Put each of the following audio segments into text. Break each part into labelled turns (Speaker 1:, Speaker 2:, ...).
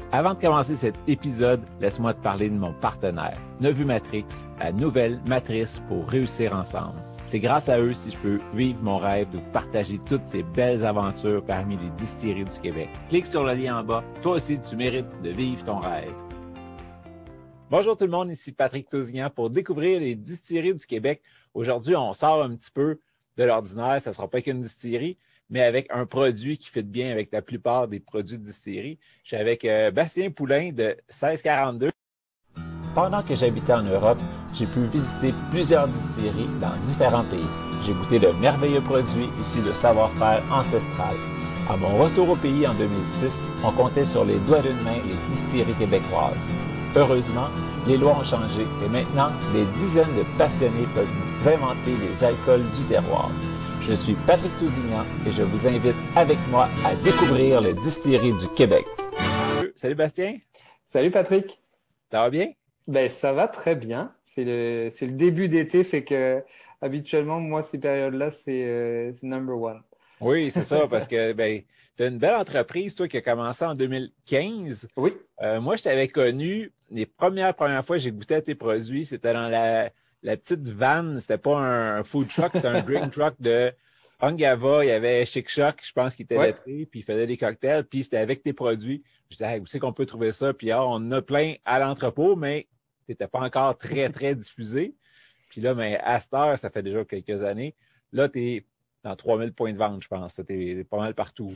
Speaker 1: Avant de commencer cet épisode, laisse-moi te parler de mon partenaire, Nevu Matrix, la nouvelle matrice pour réussir ensemble. C'est grâce à eux si je peux vivre mon rêve de vous partager toutes ces belles aventures parmi les distilleries du Québec. Clique sur le lien en bas. Toi aussi, tu mérites de vivre ton rêve. Bonjour tout le monde, ici Patrick Tousignan pour découvrir les distilleries du Québec. Aujourd'hui, on sort un petit peu de l'ordinaire. Ça ne sera pas qu'une distillerie, mais avec un produit qui fit bien avec la plupart des produits de distillerie. Je suis avec Bastien Poulain de 1642. Pendant que j'habitais en Europe, j'ai pu visiter plusieurs distilleries dans différents pays. J'ai goûté de merveilleux produits issus de savoir-faire ancestral. À mon retour au pays en 2006, on comptait sur les doigts d'une main les distilleries québécoises. Heureusement, les lois ont changé et maintenant, des dizaines de passionnés peuvent nous inventer les alcools du terroir. Je suis Patrick Tousignan et je vous invite avec moi à découvrir les distilleries du Québec. Salut Bastien.
Speaker 2: Salut Patrick.
Speaker 1: Ça va bien?
Speaker 2: Ben, ça va très bien. C'est le début d'été, fait que habituellement, moi, ces périodes-là, c'est number one.
Speaker 1: Oui, c'est ça, parce que tu as une belle entreprise, toi, qui a commencé en 2015.
Speaker 2: Oui,
Speaker 1: Moi, je t'avais connu, les premières fois que j'ai goûté à tes produits, c'était dans la petite vanne. C'était pas un food truck, c'était un drink truck de Ungava. Il y avait Chic Choc, je pense, qui était
Speaker 2: ouais.
Speaker 1: lettré, puis il faisait des cocktails, puis c'était avec tes produits. Je disais, hey, où c'est qu'on peut trouver ça? Puis on en a plein à l'entrepôt, mais c'était pas encore très, très diffusé. Puis là, mais à cette heure, ça fait déjà quelques années. Là, tu es dans 3000 points de vente, je pense. Tu es pas mal partout.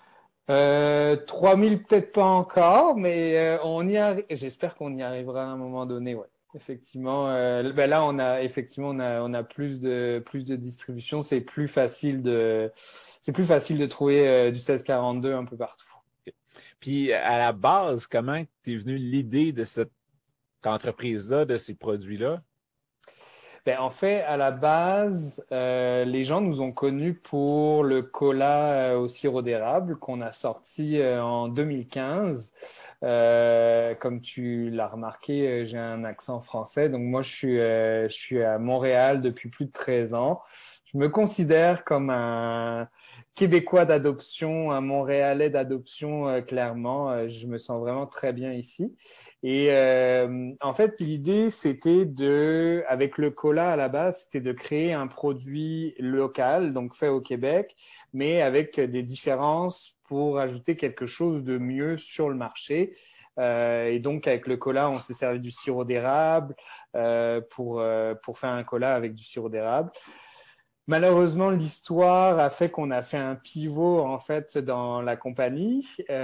Speaker 2: 3000 peut-être pas encore, mais on y arrive. J'espère qu'on y arrivera à un moment donné, ouais. Effectivement, ben là, on a plus de distribution. C'est plus facile de trouver du 1642 un peu partout.
Speaker 1: Puis, à la base, comment t'es venu l'idée de cette entreprise-là, de ces produits-là?
Speaker 2: Ben, en fait, à la base, les gens nous ont connus pour le cola au sirop d'érable qu'on a sorti en 2015. Comme tu l'as remarqué, j'ai un accent français. Donc moi, je suis à Montréal depuis plus de 13 ans. Je me considère comme un Québécois d'adoption, un Montréalais d'adoption, clairement. Je me sens vraiment très bien ici. Et en fait, l'idée, avec le cola à la base, c'était de créer un produit local, donc fait au Québec, mais avec des différences pour ajouter quelque chose de mieux sur le marché. Et donc, avec le cola, on s'est servi du sirop d'érable pour faire un cola avec du sirop d'érable. Malheureusement, l'histoire a fait qu'on a fait un pivot en fait dans la compagnie.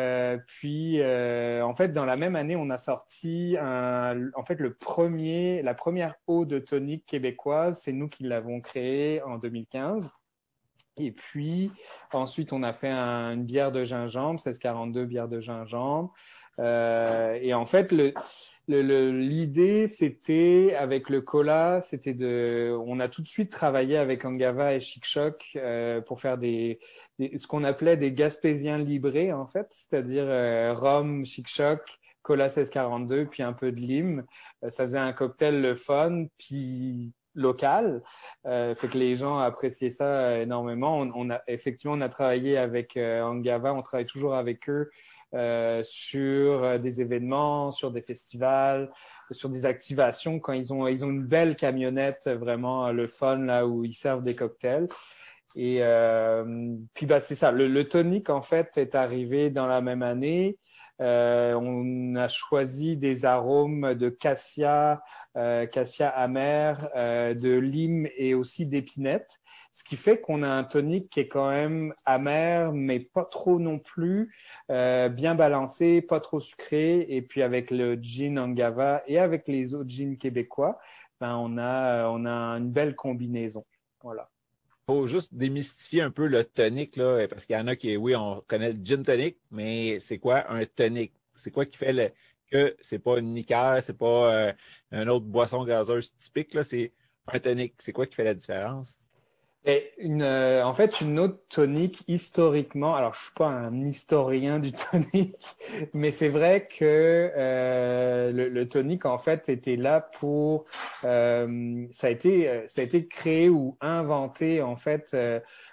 Speaker 2: En fait, dans la même année, on a sorti la première eau de tonique québécoise. C'est nous qui l'avons créée en 2015. Et puis ensuite, on a fait une bière de gingembre, 1642 bière de gingembre. Et en fait, l'idée, c'était avec le cola, on a tout de suite travaillé avec Ungava et Chic Choc pour faire ce qu'on appelait des Gaspésiens librés, en fait, c'est-à-dire rhum, Chic Choc, cola 1642, puis un peu de lime. Ça faisait un cocktail le fun, puis local. Fait que les gens appréciaient ça énormément. On a travaillé avec Ungava, on travaille toujours avec eux sur des événements, sur des festivals, sur des activations quand ils ont une belle camionnette, vraiment le fun là où ils servent des cocktails. Et puis c'est ça. Le tonic en fait est arrivé dans la même année. On a choisi des arômes de cassia amer, de lime et aussi d'épinette, ce qui fait qu'on a un tonic qui est quand même amer, mais pas trop non plus, bien balancé, pas trop sucré. Et puis avec le gin Angava et avec les autres gins québécois, on a une belle combinaison. Voilà.
Speaker 1: Faut juste démystifier un peu le tonic, là, parce qu'il y en a qui, oui, on connaît le gin tonic, mais c'est quoi un tonic? C'est quoi qui fait que c'est pas une liqueur, c'est pas une autre boisson gazeuse typique, là, c'est un tonic. C'est quoi qui fait la différence?
Speaker 2: En fait, une autre tonique, historiquement, alors je suis pas un historien du tonique, mais c'est vrai que le tonique, en fait, était là ça a été créé ou inventé, en fait,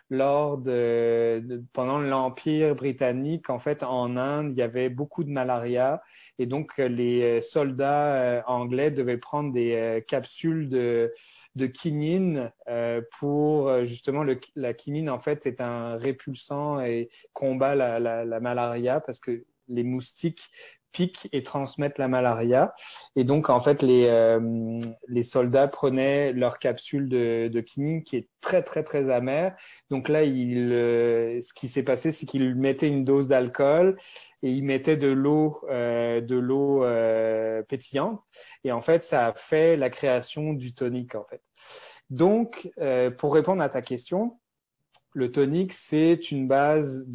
Speaker 2: pendant l'Empire britannique. En fait, en Inde, il y avait beaucoup de malaria et donc les soldats anglais devaient prendre des capsules de quinine pour justement la quinine en fait est un répulsant et combat la malaria parce que les moustiques piquent et transmettent la malaria. Et donc, en fait, les soldats prenaient leur capsule de quinine qui est très, très, très amère. Donc là, ce qui s'est passé, c'est qu'ils mettaient une dose d'alcool et ils mettaient de l'eau pétillante. Et en fait, ça a fait la création du tonic, en fait. Donc, pour répondre à ta question, le tonic, c'est une base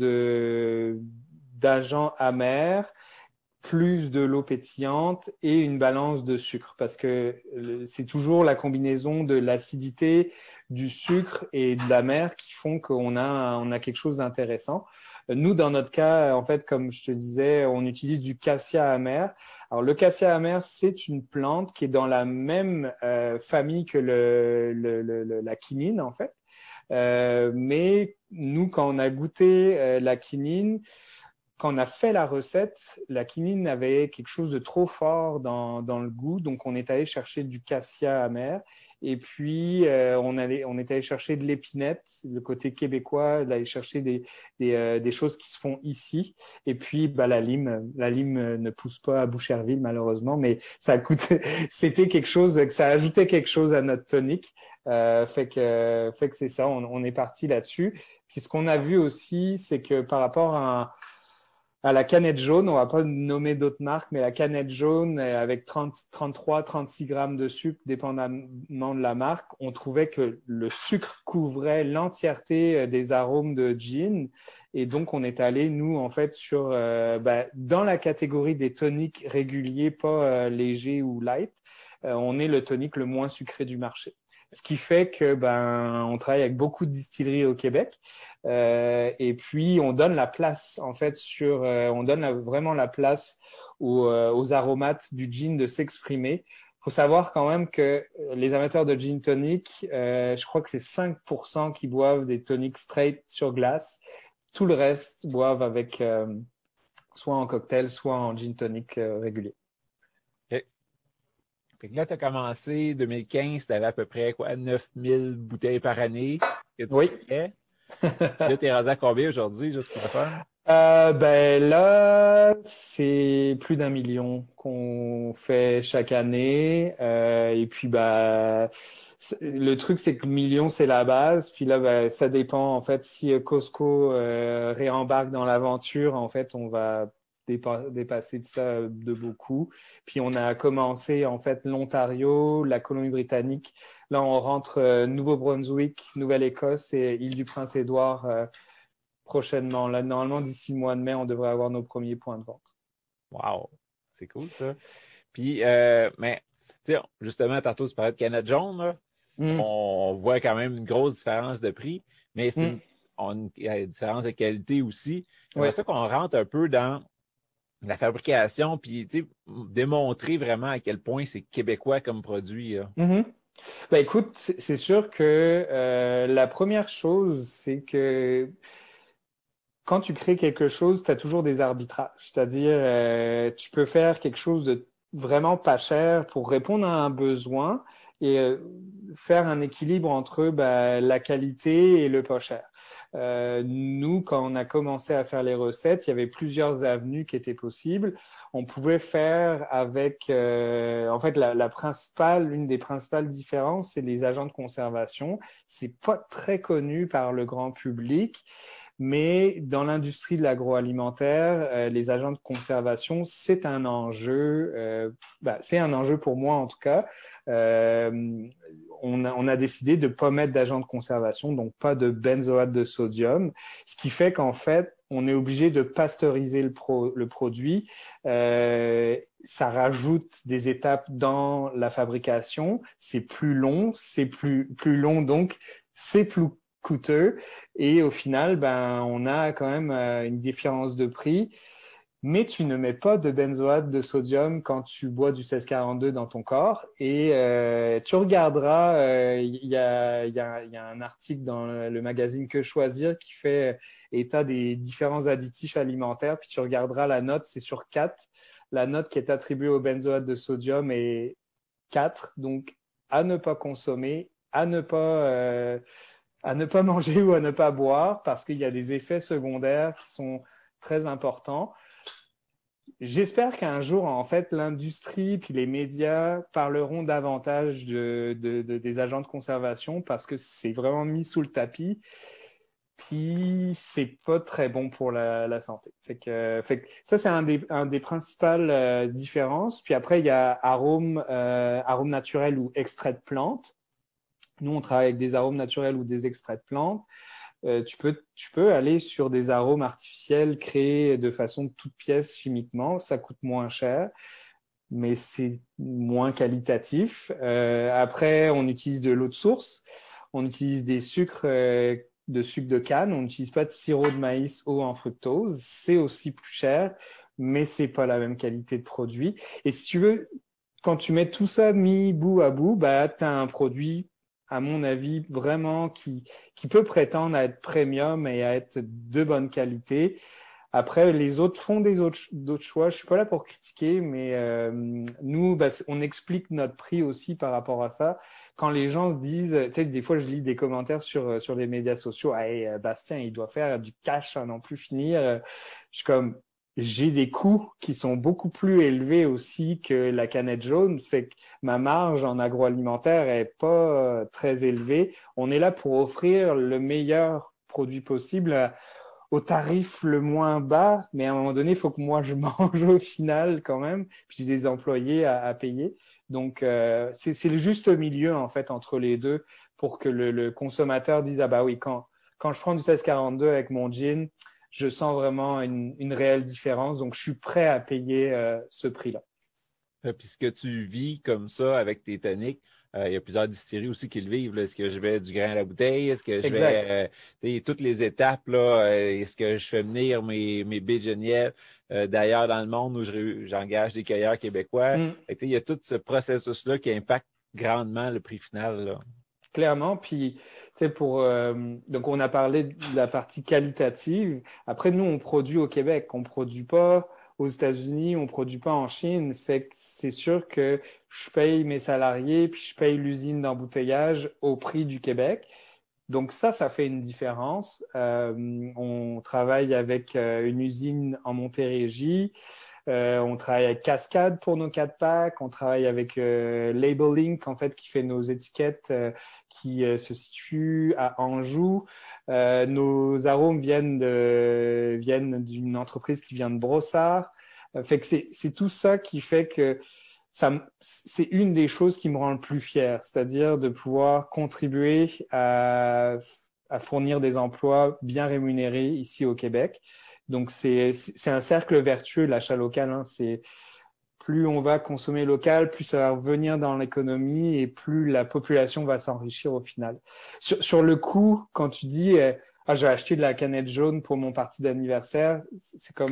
Speaker 2: d'agents amers plus de l'eau pétillante et une balance de sucre parce que c'est toujours la combinaison de l'acidité, du sucre et de la mer qui font on a quelque chose d'intéressant. Nous, dans notre cas, en fait, comme je te disais, on utilise du cassia amer. Alors, le cassia amer, c'est une plante qui est dans la même famille que la quinine, en fait. Mais nous, quand on a goûté la quinine, quand on a fait la recette, la quinine avait quelque chose de trop fort dans le goût, donc on est allé chercher du cassia amer. Et puis, on est allé chercher de l'épinette, le côté québécois, d'aller chercher des choses qui se font ici. Et puis, la lime ne pousse pas à Boucherville, malheureusement, mais c'était quelque chose, que ça ajoutait quelque chose à notre tonique. Fait que c'est ça, on est parti là-dessus. Puis ce qu'on a vu aussi, c'est que par rapport à la canette jaune, on va pas nommer d'autres marques, mais la canette jaune avec 33, 36 grammes de sucre, dépendamment de la marque, on trouvait que le sucre couvrait l'entièreté des arômes de gin. Et donc, on est allé, nous, en fait, dans la catégorie des toniques réguliers, pas légers ou light, on est le tonique le moins sucré du marché. Ce qui fait que on travaille avec beaucoup de distilleries au Québec et puis on donne la place en fait on donne vraiment la place aux aromates du gin de s'exprimer. Faut savoir quand même que les amateurs de gin tonic, je crois que c'est 5% qui boivent des tonics straight sur glace. Tout le reste boivent avec soit en cocktail, soit en gin tonic régulier.
Speaker 1: OK. Fait que là, tu as commencé 2015, tu avais à peu près quoi, 9000 bouteilles par année que tu
Speaker 2: Oui.
Speaker 1: créais. Là, tu es rendu à combien aujourd'hui, juste pour le fun?
Speaker 2: Là, c'est plus d'1 million qu'on fait chaque année. Et puis, le truc, c'est que le million, c'est la base. Puis là, ça dépend. En fait, si Costco réembarque dans l'aventure, en fait, on va dépasser de ça de beaucoup. Puis, on a commencé, en fait, l'Ontario, la Colombie-Britannique. Là, on rentre Nouveau-Brunswick, Nouvelle-Écosse et Île-du-Prince-Édouard prochainement. Là, normalement, d'ici le mois de mai, on devrait avoir nos premiers points de vente.
Speaker 1: Wow, c'est cool ça. Puis, mais, tu sais, justement, tantôt, tu parlais de canette jaune, là.
Speaker 2: Mm.
Speaker 1: On voit quand même une grosse différence de prix, mais
Speaker 2: Mm.
Speaker 1: il y a une différence de qualité aussi.
Speaker 2: Oui.
Speaker 1: J'aimerais ça qu'on rentre un peu dans la fabrication, puis tu sais, démontrer vraiment à quel point c'est québécois comme produit, là.
Speaker 2: Mhm. Écoute, c'est sûr que la première chose, c'est que quand tu crées quelque chose, tu as toujours des arbitrages. C'est-à-dire, tu peux faire quelque chose de vraiment pas cher pour répondre à un besoin et faire un équilibre entre la qualité et le pas cher. Nous, quand on a commencé à faire les recettes, il y avait plusieurs avenues qui étaient possibles. On pouvait faire avec, en fait, une des principales différences, c'est les agents de conservation. C'est pas très connu par le grand public. Mais dans l'industrie de l'agroalimentaire, les agents de conservation, c'est un enjeu. C'est un enjeu pour moi en tout cas. On a décidé de ne pas mettre d'agents de conservation, donc pas de benzoate de sodium, ce qui fait qu'en fait, on est obligé de pasteuriser le produit. Ça rajoute des étapes dans la fabrication. C'est plus long, c'est plus long, donc c'est plus coûteux. Et au final, on a quand même une différence de prix. mais tu ne mets pas de benzoate de sodium quand tu bois du 1642 dans ton corps. Et tu regarderas, il y a un article dans le magazine Que Choisir qui fait état des différents additifs alimentaires, puis tu regarderas la note, c'est sur 4. La note qui est attribuée au benzoate de sodium est 4, donc à ne pas consommer, à ne pas manger ou à ne pas boire, parce qu'il y a des effets secondaires qui sont très importants. J'espère qu'un jour, en fait, l'industrie puis les médias parleront davantage des agents de conservation parce que c'est vraiment mis sous le tapis. Puis c'est pas très bon pour la santé. Fait que ça, c'est un des principales différences. Puis après, il y a arôme naturel ou extrait de plante. Nous, on travaille avec des arômes naturels ou des extraits de plantes. Tu peux aller sur des arômes artificiels créés de façon toute pièce chimiquement. Ça coûte moins cher, mais c'est moins qualitatif. Après, on utilise de l'eau de source. On utilise des sucres de sucre de canne. On n'utilise pas de sirop de maïs haut en fructose. C'est aussi plus cher, mais c'est pas la même qualité de produit. Et si tu veux, quand tu mets tout ça mis bout à bout, bah, tu as un produit, à mon avis, vraiment qui peut prétendre à être premium et à être de bonne qualité. Après, les autres font d'autres choix. Je suis pas là pour critiquer, mais nous, bah, on explique notre prix aussi par rapport à ça. Quand les gens se disent, tu sais, des fois, je lis des commentaires sur les médias sociaux, hey, Bastien, il doit faire du cash à n'en plus finir. Je suis comme, j'ai des coûts qui sont beaucoup plus élevés aussi que la canette jaune, fait que ma marge en agroalimentaire est pas très élevée. On est là pour offrir le meilleur produit possible au tarif le moins bas, mais à un moment donné, il faut que moi je mange au final quand même, puis j'ai des employés à payer. Donc, c'est le juste milieu en fait entre les deux pour que le consommateur dise, ah bah oui, quand je prends du 1642 avec mon jean, je sens vraiment une réelle différence, donc je suis prêt à payer ce prix-là.
Speaker 1: Puis ce que tu vis comme ça avec tes toniques, il y a plusieurs distilleries aussi qui le vivent, là. Est-ce que je vais du grain à la bouteille? Est-ce que je
Speaker 2: Exact.
Speaker 1: vais toutes les étapes, là, est-ce que je fais venir mes baies de Genève d'ailleurs dans le monde où j'engage des cueilleurs québécois?
Speaker 2: Mm.
Speaker 1: Fait que, il y a tout ce processus-là qui impacte grandement le prix final, là.
Speaker 2: Clairement, puis tu sais donc on a parlé de la partie qualitative. Après nous on produit au Québec, on produit pas aux États-Unis, on produit pas en Chine. Fait que c'est sûr que je paye mes salariés puis je paye l'usine d'embouteillage au prix du Québec. Donc ça fait une différence. On travaille avec une usine en Montérégie. On travaille avec Cascade pour nos 4 packs. On travaille avec Label Inc. en fait qui fait nos étiquettes qui se situe à Anjou. Nos arômes viennent d'une entreprise qui vient de Brossard. Fait que c'est tout ça qui fait que c'est une des choses qui me rend le plus fier, c'est-à-dire de pouvoir contribuer à fournir des emplois bien rémunérés ici au Québec. Donc, c'est un cercle vertueux, l'achat local. Hein. C'est plus on va consommer local, plus ça va revenir dans l'économie et plus la population va s'enrichir au final. Sur le coup, quand tu dis ah, j'ai acheté de la canette jaune pour mon party d'anniversaire, c'est comme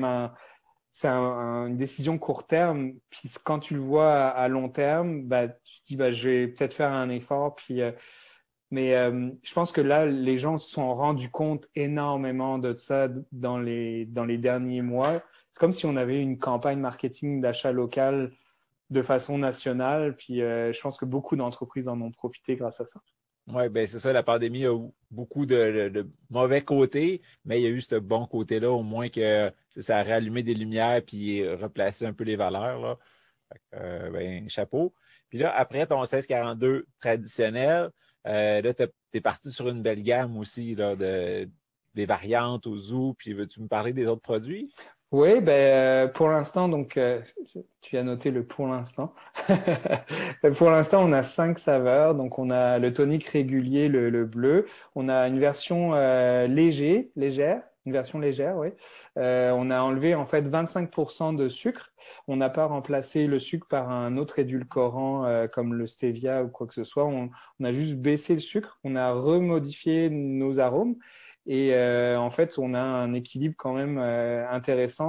Speaker 2: une décision court terme. Puis quand tu le vois à long terme, bah, tu te dis bah, je vais peut-être faire un effort. Mais je pense que là, les gens se sont rendus compte énormément de ça dans les derniers mois. C'est comme si on avait une campagne marketing d'achat local de façon nationale. Puis je pense que beaucoup d'entreprises en ont profité grâce à ça.
Speaker 1: Oui, ben c'est ça, la pandémie a eu beaucoup de mauvais côtés, mais il y a eu ce bon côté-là, au moins que ça a rallumé des lumières puis replacé un peu les valeurs, là. Ben, chapeau. Puis là, après ton 1642 traditionnel, là, t'es parti sur une belle gamme aussi, là, des variantes au zoo. Puis veux-tu me parler des autres produits?
Speaker 2: Oui, ben, pour l'instant, donc, tu as noté le pour l'instant. Pour l'instant, on a 5 saveurs. Donc, on a le tonic régulier, le bleu. On a une version légère, une version légère, oui. On a enlevé en fait 25% de sucre. On n'a pas remplacé le sucre par un autre édulcorant comme le stevia ou quoi que ce soit. On a juste baissé le sucre. On a remodifié nos arômes. Et en fait, on a un équilibre quand même intéressant.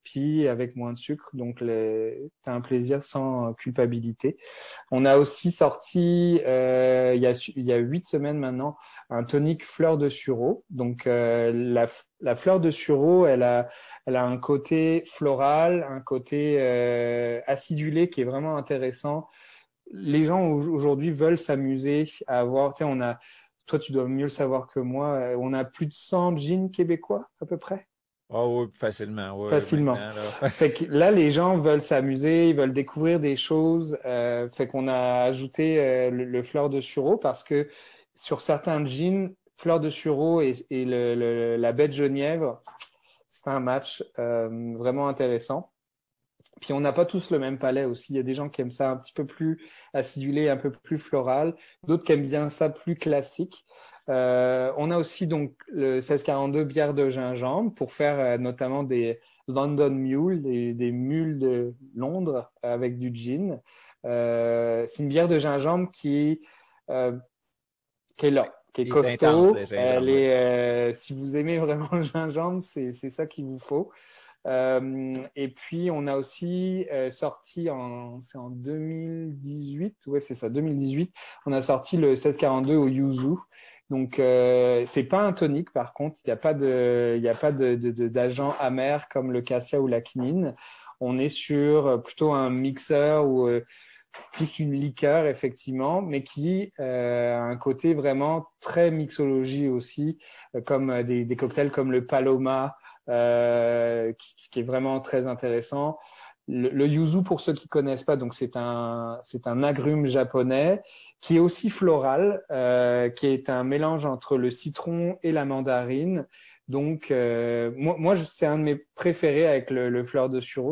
Speaker 2: puis avec moins de sucre. Donc, tu as un plaisir sans culpabilité. On a aussi sorti, il y a 8 semaines maintenant, un tonic fleur de sureau. Donc, la fleur de sureau, elle a un côté floral, un côté acidulé qui est vraiment intéressant. Les gens aujourd'hui veulent s'amuser à avoir, tu sais, toi tu dois mieux le savoir que moi, on a plus de 100 jeans québécois à peu près.
Speaker 1: Oh oui, facilement, oui,
Speaker 2: Facilement.
Speaker 1: maintenant, là.
Speaker 2: Fait que là, les gens veulent s'amuser, ils veulent découvrir des choses. Fait qu'on a ajouté le fleur de sureau parce que sur certains jeans, fleur de sureau et la baie de Genièvre, c'est un match vraiment intéressant. Puis on n'a pas tous le même palais aussi. Il y a des gens qui aiment ça un petit peu plus acidulé, un peu plus floral. D'autres qui aiment bien ça plus classique. On a aussi donc le 1642 bière de gingembre pour faire notamment des London Mule, des mules de Londres avec du gin. C'est une bière de gingembre euh, qui est là, qui est
Speaker 1: Il est intense,
Speaker 2: costaud.
Speaker 1: le gingembre, oui.
Speaker 2: Si vous aimez vraiment le gingembre, c'est ça qu'il vous faut. Et puis, on a aussi sorti c'est en 2018, ouais, c'est ça, 2018, on a sorti le 1642 au yuzu. Donc, c'est pas un tonique, par contre, il y a pas d'agent amer comme le cassia ou la quinine. On est sur plutôt un mixeur ou plus une liqueur, effectivement, mais qui a un côté vraiment très mixologie aussi, comme des cocktails comme le Paloma, qui est vraiment très intéressant. Le yuzu, pour ceux qui connaissent pas, donc c'est un agrume japonais qui est aussi floral, qui est un mélange entre le citron et la mandarine. Donc, c'est un de mes préférés avec le fleur de sureau.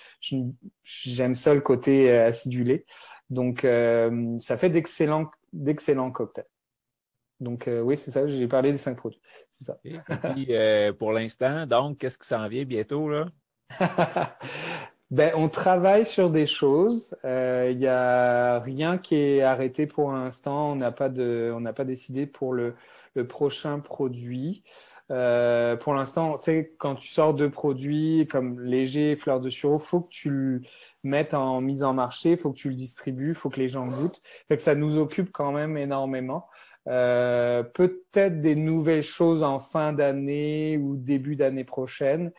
Speaker 2: J'aime ça le côté acidulé. Donc, ça fait d'excellents cocktails. Donc, oui, c'est ça. J'ai parlé des 5 produits. C'est ça.
Speaker 1: Et puis, pour l'instant, donc, qu'est-ce qui s'en vient bientôt, là?
Speaker 2: Ben, on travaille sur des choses. Il y a rien qui est arrêté pour l'instant. On n'a pas décidé pour le prochain produit. Pour l'instant, tu sais, quand tu sors de produits comme léger, fleur de sureau, faut que tu le mettes en mise en marché, faut que tu le distribues, faut que les gens goûtent. Fait que ça nous occupe quand même énormément. Peut-être des nouvelles choses en fin d'année ou début d'année prochaine.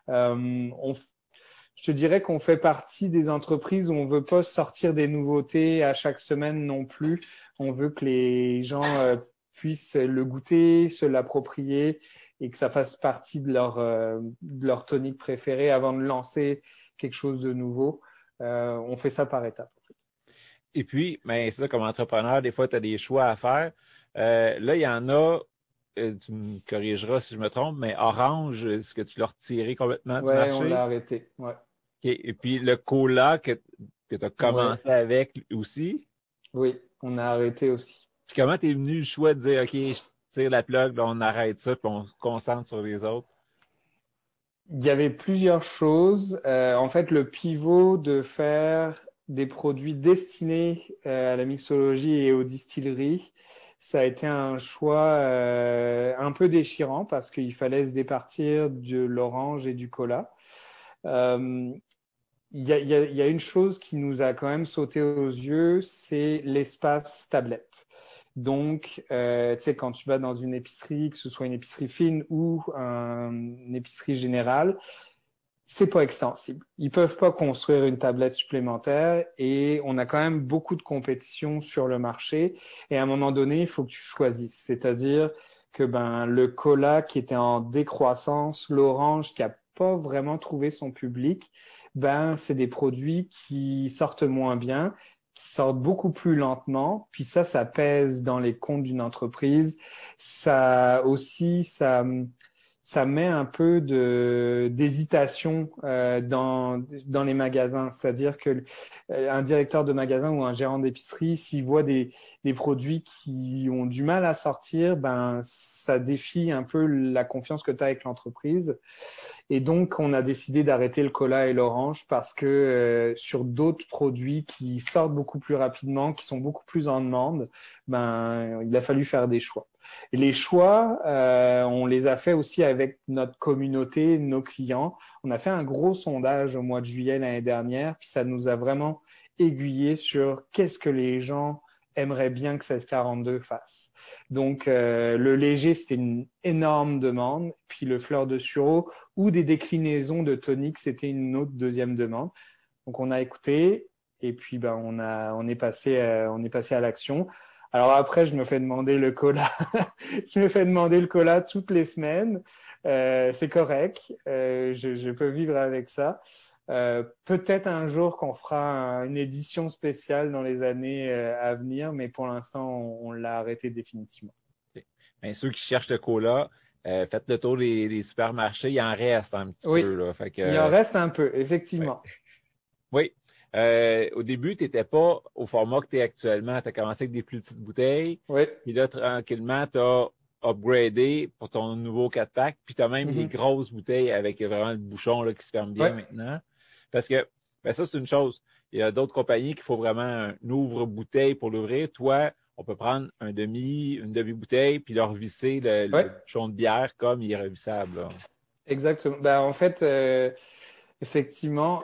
Speaker 2: Je te dirais qu'on fait partie des entreprises où on veut pas sortir des nouveautés à chaque semaine non plus. On veut que les gens puissent le goûter, se l'approprier et que ça fasse partie de leur tonique préférée avant de lancer quelque chose de nouveau. On fait ça par étapes.
Speaker 1: Et puis, ben, c'est ça, comme entrepreneur, des fois, tu as des choix à faire. Là, il y en a, tu me corrigeras si je me trompe, mais Orange, est-ce que tu l'as retiré complètement du
Speaker 2: Ouais, on
Speaker 1: marché?
Speaker 2: l'a arrêté. Ouais.
Speaker 1: OK. Et puis, le cola que tu as
Speaker 2: Ouais.
Speaker 1: commencé avec aussi.
Speaker 2: Oui, on a arrêté aussi.
Speaker 1: Puis, comment t'es venu le choix de dire, OK, je tire la plug, là, on arrête ça, puis on se concentre sur les autres?
Speaker 2: Il y avait plusieurs choses. En fait, le pivot de faire des produits destinés à la mixologie et aux distilleries, ça a été un choix un peu déchirant parce qu'il fallait se départir de l'orange et du cola. Euh, il y a une chose qui nous a quand même sauté aux yeux, c'est l'espace tablette. Donc, tu sais, quand tu vas dans une épicerie, que ce soit une épicerie fine ou une épicerie générale, c'est pas extensible. Ils peuvent pas construire une tablette supplémentaire et on a quand même beaucoup de compétition sur le marché. Et à un moment donné, il faut que tu choisisses. C'est-à-dire que ben le cola qui était en décroissance, l'orange qui a pas vraiment trouvé son public, ben c'est des produits qui sortent moins bien, qui sortent beaucoup plus lentement. Puis ça pèse dans les comptes d'une entreprise. Ça aussi, ça met un peu d'hésitation dans les magasins. C'est-à-dire que un directeur de magasin ou un gérant d'épicerie, s'il voit des produits qui ont du mal à sortir, ben ça défie un peu la confiance que tu as avec l'entreprise. Et donc, on a décidé d'arrêter le cola et l'orange parce que sur d'autres produits qui sortent beaucoup plus rapidement, qui sont beaucoup plus en demande, ben il a fallu faire des choix. Et les choix, on les a fait aussi avec notre communauté, nos clients. On a fait un gros sondage au mois de juillet l'année dernière, puis ça nous a vraiment aiguillé sur qu'est-ce que les gens aimeraient bien que 1642 fasse. Donc, le léger, c'était une énorme demande. Puis le fleur de sureau ou des déclinaisons de tonique, c'était une autre deuxième demande. Donc, on a écouté et puis ben, on est passé à l'action. Alors après, je me fais demander le cola. Je me fais demander le cola toutes les semaines. C'est correct. Je peux vivre avec ça. Peut-être un jour qu'on fera une édition spéciale dans les années à venir, mais pour l'instant, on l'a arrêté définitivement.
Speaker 1: OK. Ben, ceux qui cherchent le cola, faites le tour des supermarchés, il en reste un petit
Speaker 2: Oui,
Speaker 1: peu, là. Fait
Speaker 2: il en
Speaker 1: que,
Speaker 2: reste un peu,
Speaker 1: ouais.
Speaker 2: effectivement.
Speaker 1: Oui. Au début, tu n'étais pas au format que tu es actuellement. Tu as commencé avec des plus petites bouteilles.
Speaker 2: Oui.
Speaker 1: Puis là, tranquillement, tu as upgradé pour ton nouveau 4-pack. Puis tu as même les
Speaker 2: Mhm.
Speaker 1: grosses bouteilles avec vraiment le bouchon là, qui se ferme bien
Speaker 2: Ouais.
Speaker 1: maintenant. Parce que ben ça, c'est une chose. Il y a d'autres compagnies qu'il faut vraiment un ouvre-bouteille pour l'ouvrir. Toi, on peut prendre une demi-bouteille puis leur visser le
Speaker 2: Ouais.
Speaker 1: bouchon de bière comme il est revissable, là.
Speaker 2: Exactement. Ben, en fait, effectivement,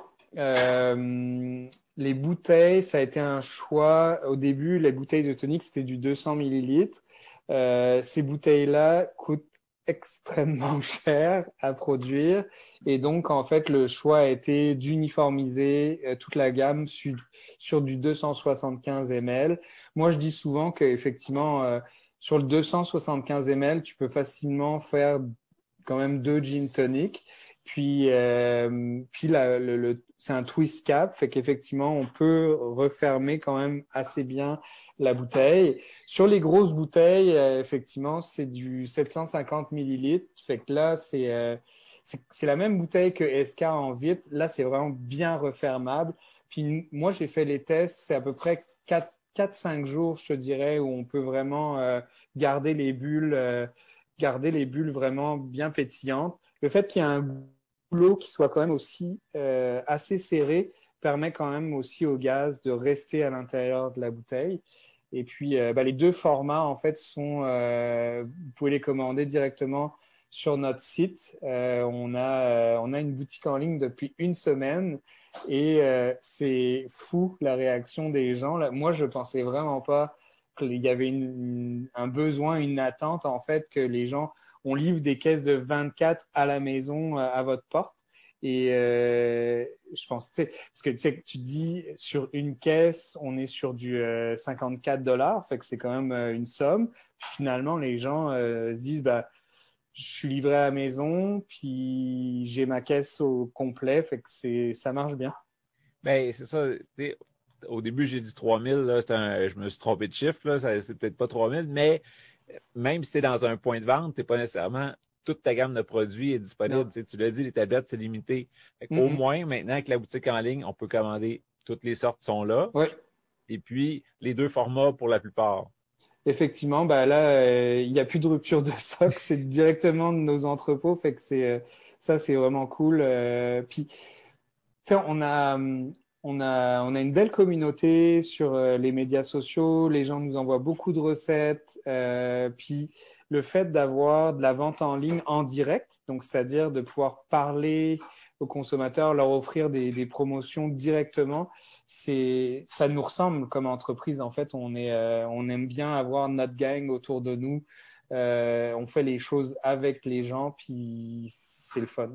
Speaker 2: euh, les bouteilles, ça a été un choix. Au début, les bouteilles de tonic, c'était du 200 millilitres. Ces bouteilles-là coûtent extrêmement cher à produire. Et donc, en fait, le choix a été d'uniformiser toute la gamme sur du 275 ml. Moi, je dis souvent qu'effectivement, sur le 275 ml, tu peux facilement faire quand même deux gin tonic. Puis c'est un twist cap, fait qu'effectivement, on peut refermer quand même assez bien la bouteille. Sur les grosses bouteilles, effectivement, c'est du 750 millilitres. Fait que là, c'est la même bouteille que SK en vitre. Là, c'est vraiment bien refermable. Puis moi, j'ai fait les tests, c'est à peu près 4-5 jours, je te dirais, où on peut vraiment garder les bulles, garder les bulles vraiment bien pétillantes. Le fait qu'il y ait un goulot qui soit quand même aussi assez serré permet quand même aussi au gaz de rester à l'intérieur de la bouteille. Et puis, les deux formats, en fait, vous pouvez les commander directement sur notre site. On a une boutique en ligne depuis une semaine et c'est fou la réaction des gens. Là, moi, je pensais vraiment pas qu'il y avait un besoin, une attente, en fait, que les gens, on livre des caisses de 24 à la maison, à votre porte. Et je pense, parce que tu dis sur une caisse, on est sur du 54 $, fait que c'est quand même une somme. Puis finalement, les gens se disent, bah, je suis livré à la maison, puis j'ai ma caisse au complet, fait que ça marche bien.
Speaker 1: Ben, c'est ça. Au début, j'ai dit 3000, là, je me suis trompé de chiffre, là, c'est peut-être pas 3000, mais même si tu es dans un point de vente, tu n'es pas nécessairement toute ta gamme de produits est
Speaker 2: Non.
Speaker 1: disponible. Tu l'as dit, les tablettes, c'est limité.
Speaker 2: Mm
Speaker 1: Au
Speaker 2: -mm.
Speaker 1: moins, maintenant, avec la boutique en ligne, on peut commander toutes les sortes sont là.
Speaker 2: Ouais.
Speaker 1: Et puis, les deux formats pour la plupart.
Speaker 2: Effectivement, bah là, il n'y a plus de rupture de stock, c'est directement de nos entrepôts, fait que ça, c'est vraiment cool. Puis, enfin, on a une belle communauté sur les médias sociaux, les gens nous envoient beaucoup de recettes, puis le fait d'avoir de la vente en ligne en direct, donc c'est-à-dire de pouvoir parler aux consommateurs, leur offrir des promotions directement, ça nous ressemble comme entreprise. En fait, on aime bien avoir notre gang autour de nous. On fait les choses avec les gens, puis c'est le fun.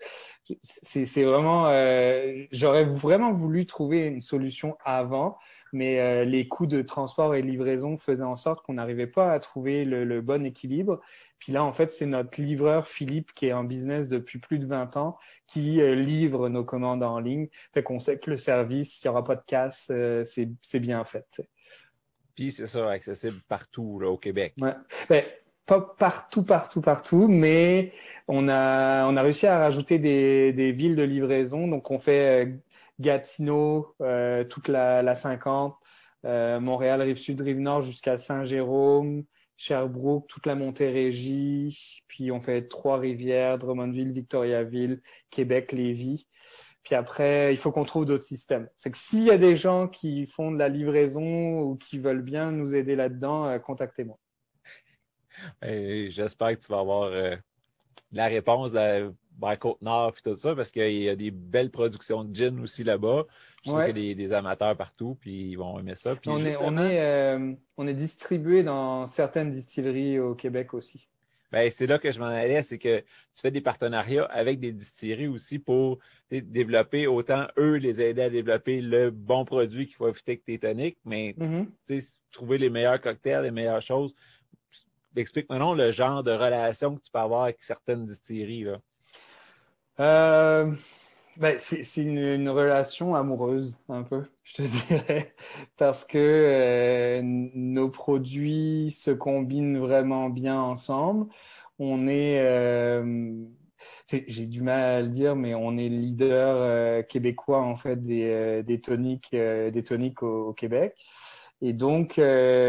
Speaker 2: C'est vraiment, j'aurais vraiment voulu trouver une solution avant, mais les coûts de transport et livraison faisaient en sorte qu'on n'arrivait pas à trouver le bon équilibre. Puis là, en fait, c'est notre livreur Philippe qui est en business depuis plus de 20 ans qui livre nos commandes en ligne. Fait qu'on sait que le service, il n'y aura pas de casse, c'est bien fait. T'sais.
Speaker 1: Puis, c'est ça, accessible partout là, au Québec.
Speaker 2: Ouais. Ben, pas partout, partout, partout, mais on a réussi à rajouter des villes de livraison. Donc, on fait Gatineau, toute la 50, Montréal, Rive-Sud, Rive-Nord jusqu'à Saint-Jérôme, Sherbrooke, toute la Montérégie. Puis, on fait Trois-Rivières, Drummondville, Victoriaville, Québec, Lévis. Puis après, il faut qu'on trouve d'autres systèmes. Fait que s'il y a des gens qui font de la livraison ou qui veulent bien nous aider là-dedans, contactez-moi.
Speaker 1: Et j'espère que tu vas avoir la réponse vers Côte-Nord et tout ça, parce qu'il y a des belles productions de gin aussi là-bas. Je suis sûr qu'il
Speaker 2: Ouais.
Speaker 1: y a des amateurs partout, puis ils vont aimer ça. Puis justement,
Speaker 2: On est distribué dans certaines distilleries au Québec aussi.
Speaker 1: ben, c'est là que je m'en allais, c'est que tu fais des partenariats avec des distilleries aussi pour développer, autant eux les aider à développer le bon produit qui va fitter avec tes toniques, mais
Speaker 2: Mhm.
Speaker 1: trouver les meilleurs cocktails, les meilleures choses. Explique-moi non le genre de relation que tu peux avoir avec certaines distilleries, là.
Speaker 2: Euh, c'est une relation amoureuse, un peu, je te dirais, parce que nos produits se combinent vraiment bien ensemble. On est, j'ai du mal à le dire, mais on est leader québécois en fait des toniques au Québec. Et donc,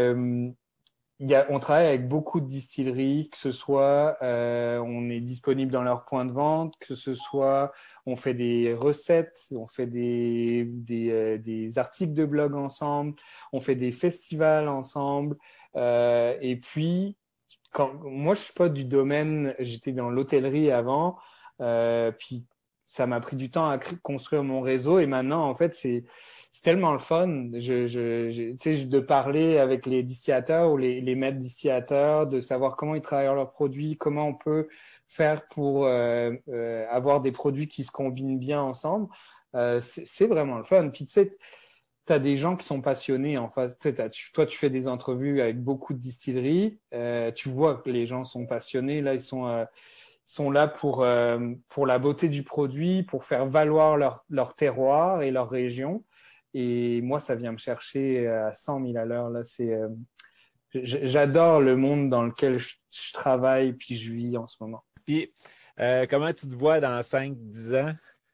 Speaker 2: on travaille avec beaucoup de distilleries, que ce soit on est disponible dans leurs points de vente, que ce soit on fait des recettes, on fait des articles de blog ensemble, on fait des festivals ensemble. Et puis, moi, je suis pas du domaine, j'étais dans l'hôtellerie avant, puis ça m'a pris du temps à construire mon réseau et maintenant, en fait, c'est tellement le fun tu sais, de parler avec les distillateurs ou les maîtres distillateurs, de savoir comment ils travaillent leurs produits, comment on peut faire pour avoir des produits qui se combinent bien ensemble. C'est vraiment le fun. Puis tu sais, tu as des gens qui sont passionnés en face. Tu sais, toi, tu fais des entrevues avec beaucoup de distilleries. Tu vois que les gens sont passionnés. Là, sont là pour la beauté du produit, pour faire valoir leur terroir et leur région. Et moi, ça vient me chercher à 100 000 à l'heure. Là, j'adore le monde dans lequel je travaille puis je vis en ce moment.
Speaker 1: Puis, comment tu te vois dans 5 10 ans?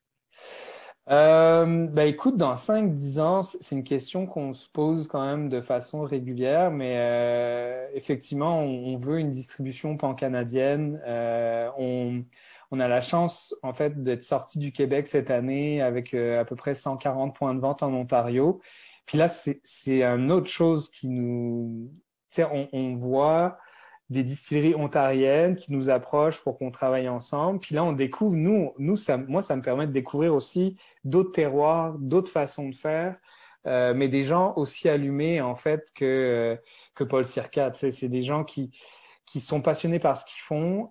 Speaker 2: Écoute, dans 5 10 ans, c'est une question qu'on se pose quand même de façon régulière, mais effectivement, on veut une distribution pan-canadienne. On a la chance, en fait, d'être sorti du Québec cette année avec à peu près 140 points de vente en Ontario. Puis là, c'est une autre chose qui nous... Tu sais, on voit des distilleries ontariennes qui nous approchent pour qu'on travaille ensemble. Puis là, on découvre, moi, ça me permet de découvrir aussi d'autres terroirs, d'autres façons de faire, mais des gens aussi allumés, en fait, que Paul Circa. Tu sais, c'est des gens qui sont passionnés par ce qu'ils font.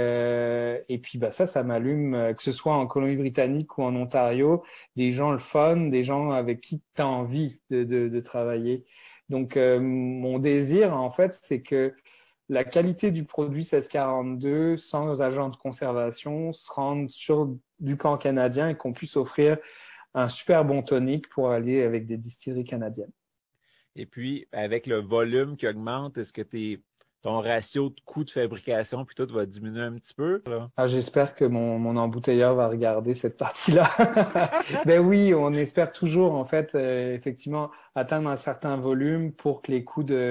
Speaker 2: Et puis, bah, ça m'allume, que ce soit en Colombie-Britannique ou en Ontario, des gens le fun, des gens avec qui tu as envie de travailler. Donc, mon désir, en fait, c'est que la qualité du produit 1642 sans agent de conservation se rende sur du pan canadien et qu'on puisse offrir un super bon tonique pour aller avec des distilleries canadiennes.
Speaker 1: Et puis, avec le volume qui augmente, est-ce que ton ratio de coût de fabrication puis tout va diminuer un petit peu, là?
Speaker 2: Ah, j'espère que mon embouteilleur va regarder cette partie-là. Ben oui, on espère toujours, en fait, effectivement, atteindre un certain volume pour que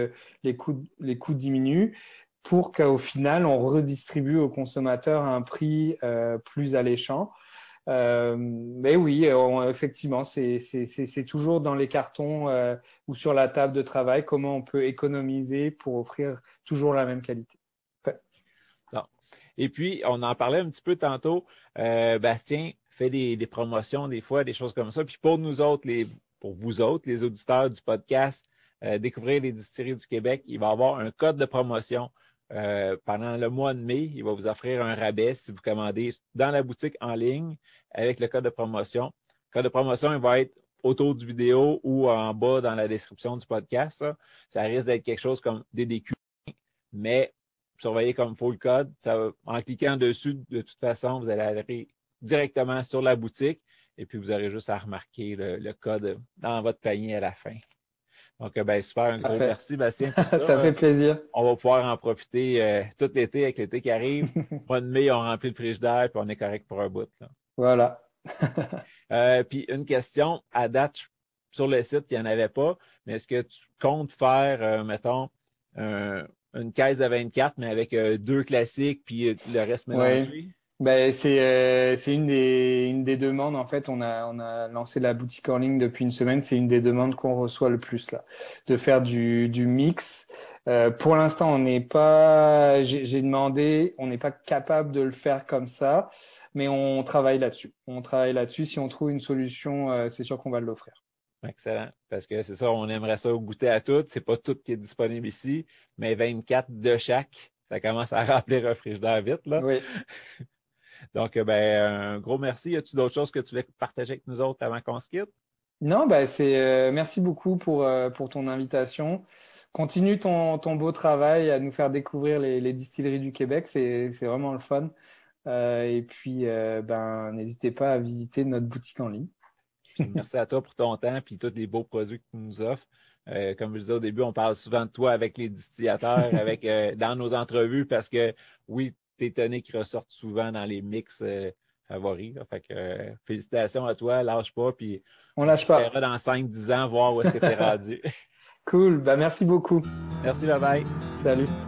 Speaker 2: les coûts diminuent, pour qu'au final, on redistribue aux consommateurs un prix plus alléchant. Mais oui, effectivement, c'est toujours dans les cartons ou sur la table de travail comment on peut économiser pour offrir toujours la même qualité. Ouais.
Speaker 1: Non. Et puis, on en parlait un petit peu tantôt. Bastien fait des promotions des fois, des choses comme ça. Puis pour nous autres, pour vous autres, les auditeurs du podcast, découvrir les distilleries du Québec, il va y avoir un code de promotion pendant le mois de mai. Il va vous offrir un rabais si vous commandez dans la boutique en ligne avec le code de promotion. Le code de promotion, il va être autour du vidéo ou en bas dans la description du podcast. Ça risque d'être quelque chose comme DDQ, mais surveillez comme il faut le code. En cliquant dessus, de toute façon, vous allez aller directement sur la boutique et puis vous aurez juste à remarquer le code dans votre panier à la fin. Donc, ben, super, un gros
Speaker 2: Parfait.
Speaker 1: merci, Bastien, pour ça.
Speaker 2: Ça fait plaisir.
Speaker 1: On va pouvoir en profiter tout l'été avec l'été qui arrive. Mois de mai, on remplit le frigidaire puis on est correct pour un bout, là.
Speaker 2: Voilà.
Speaker 1: Puis une question, à date, sur le site, il n'y en avait pas, mais est-ce que tu comptes faire, mettons, une caisse de 24, mais avec deux classiques, puis le reste
Speaker 2: Oui.
Speaker 1: mélangé?
Speaker 2: C'est une des demandes. En fait, on a lancé la boutique en ligne depuis une semaine. C'est une des demandes qu'on reçoit le plus là, de faire du mix. Pour l'instant, on n'est pas. J'ai demandé, on n'est pas capable de le faire comme ça, mais on travaille là-dessus. On travaille là-dessus. Si on trouve une solution, c'est sûr qu'on va l'offrir.
Speaker 1: Excellent. Parce que c'est ça, on aimerait ça goûter à tout. C'est pas tout qui est disponible ici, mais 24 de chaque. Ça commence à remplir un frigidaire vite, là.
Speaker 2: Oui.
Speaker 1: Donc, ben, un gros merci. Y a-tu d'autres choses que tu voulais partager avec nous autres avant qu'on se quitte?
Speaker 2: Non, merci beaucoup pour ton invitation. Continue ton beau travail à nous faire découvrir les distilleries du Québec. C'est vraiment le fun. Et puis, n'hésitez pas à visiter notre boutique en ligne.
Speaker 1: Puis merci à toi pour ton temps et tous les beaux produits que tu nous offres. Comme je disais au début, on parle souvent de toi avec les distillateurs, dans nos entrevues, parce que oui, tes toniques ressortent souvent dans les mix favoris. Là. Fait que félicitations à toi, lâche pas, puis
Speaker 2: On
Speaker 1: on
Speaker 2: lâche
Speaker 1: se
Speaker 2: pas.
Speaker 1: verra dans 5-10 ans, voir où est-ce que tu es rendu.
Speaker 2: Cool. Bah, merci beaucoup.
Speaker 1: Merci, bye bye.
Speaker 2: Salut.